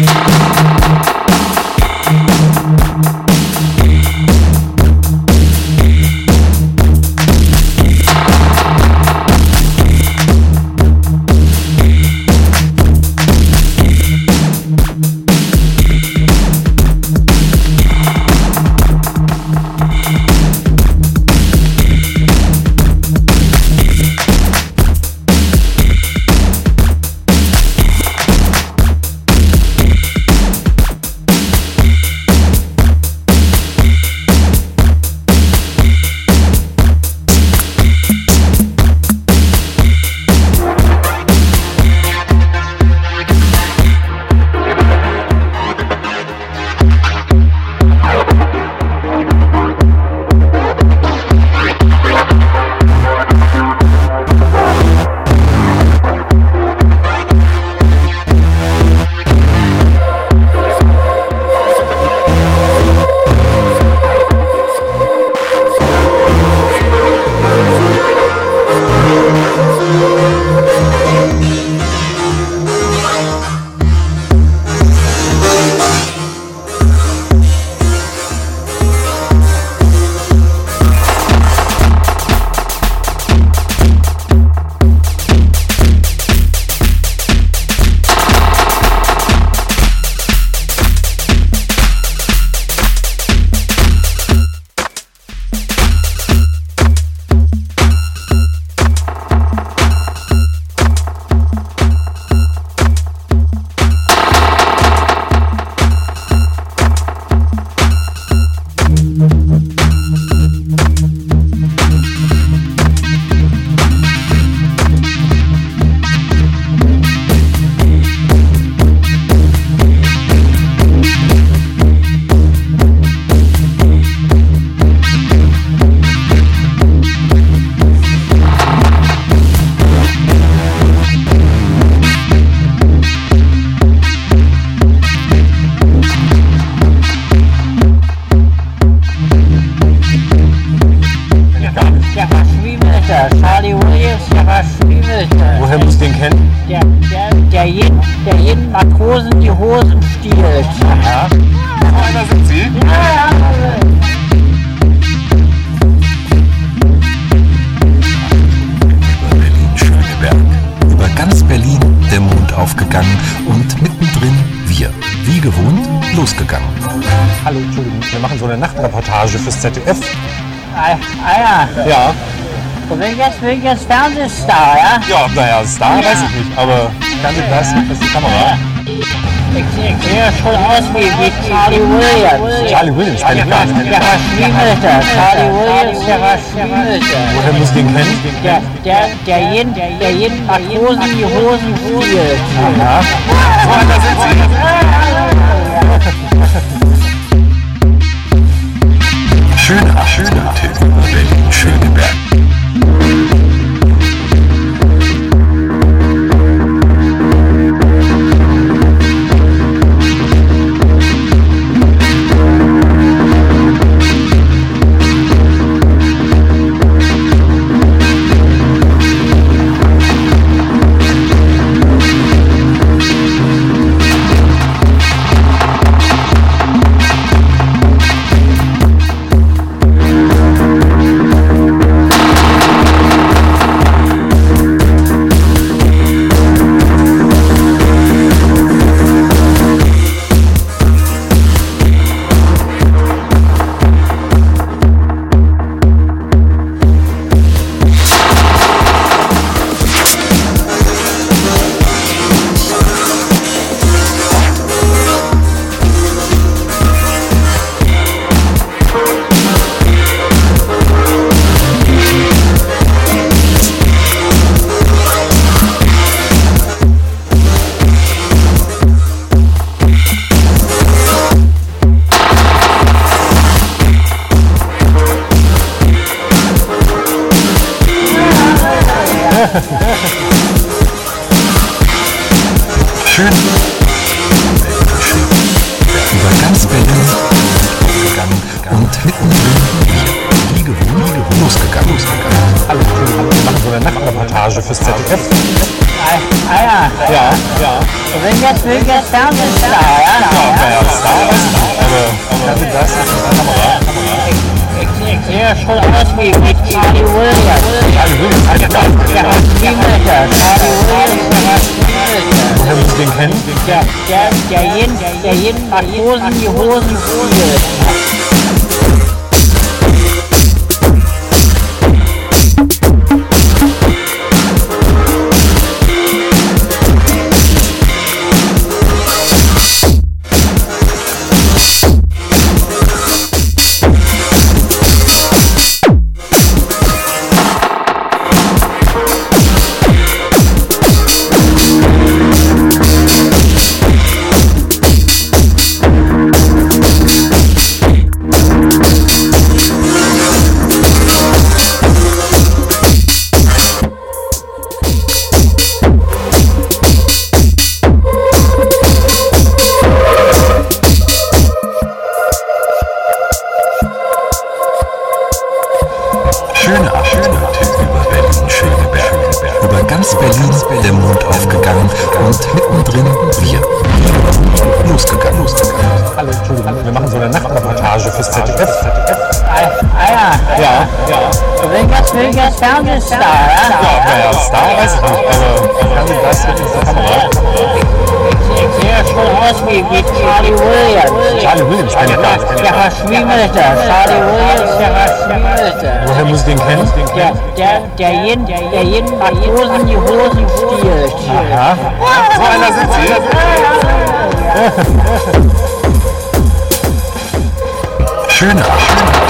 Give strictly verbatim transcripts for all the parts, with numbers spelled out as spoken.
der jeden, der jeden Matrosen die Hosen stiehlt. Ja. So einer sind Sie? Ja, ja. Über Berlin-Schöneberg. Über ganz Berlin der Mond aufgegangen und mittendrin wir, wie gewohnt, losgegangen. Hallo, Entschuldigung, wir machen so eine Nachtreportage fürs Z D F. Ah, ah ja. Ja. Du bist jetzt, bin jetzt Fernsehstar, ja? Ja, naja, Star ja. Weiß ich nicht, aber Fernsehglas, das ist die Kamera. Ich, ich sehe ja schon aus wie, wie Charlie Williams. Charlie Williams, kenn ich gar nicht. Der Verschwiemelte. Charlie Williams, der Verschwiemelte. Woher muss ich den kennen? Der, der, der, jeden, der jeden Matrosen die Hosen stiehlt. Ja. So einer sind Sie. Schöne, schöne Tipp über Berlin-Schöneberg. Schön. Über ganz Berlin gegangen und mittendrin wir, wie gewohnt, losgegangen. Hallo, wir machen so eine Nachtreportage fürs Z D F. Ah ja. Ja, ja. wenn jetzt will jetzt Fernsehstar, ja? Ja, Star weiß ich nicht, aber Fernsehglas ist eine Kamera. Ich sehe ja schon aus wie wie Charlie Williams. Charlie Williams, Alter, Der hat Spielmeter. Charlie Williams, der hat Spielmeter. woher muss ich den kennen? Der, der, der jeden, der jeden Matrosen die Hosen stiehlt. Schöne Abschnitte über Berlin-Schöneberg. Über ganz Berlin der Mond aufgegangen und mittendrin wir. Losgegangen. Hallo, Entschuldigung, wir machen so eine Nachtreportage fürs Z D F. Ah ja, Ja, ja. wenn jetzt will jetzt Fernsehstar, ja? Ja, ja, Star weiß ich nicht, aber Fernsehglas ist eine Kamera. Ich sehe ja schon aus wie wie Charlie Williams. Charlie Williams, kenn ich gar nicht. Der hat Spielmeter. Charlie Williams, der hat Spielmeter. Woher muss ich den kennen? Der, der, der jeden, der jeden Matrosen die Hosen stiehlt. Ja, so einer sind Sie. Schöne Abschnitte.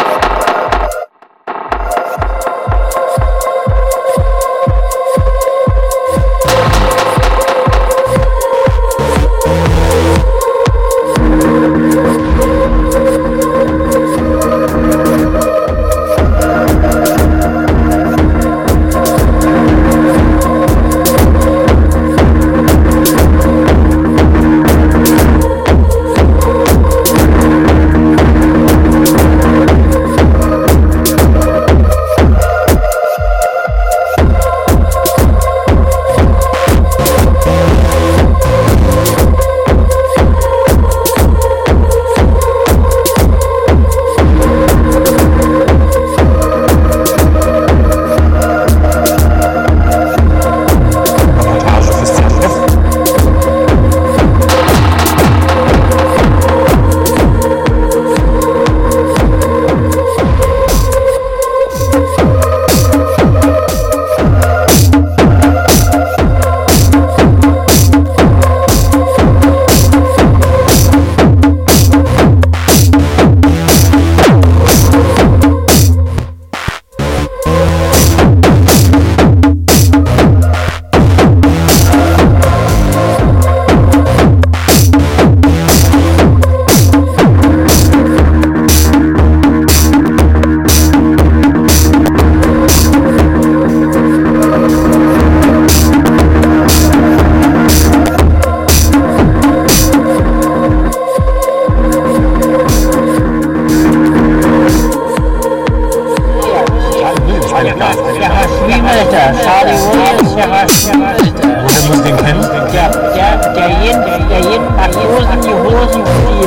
Der hat Spielmeter. Charlie Williams, der hat Spielmeter. Woher muss ich den kennen? Der, der, der jeden, der jeden Matrosen die Hosen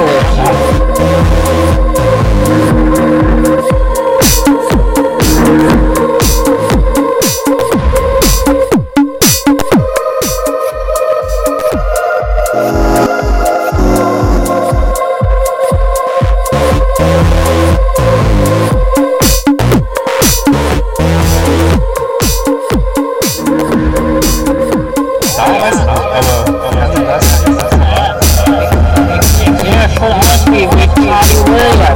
stiehlt. Ich sehe schon aus wie wie Charlie Williams.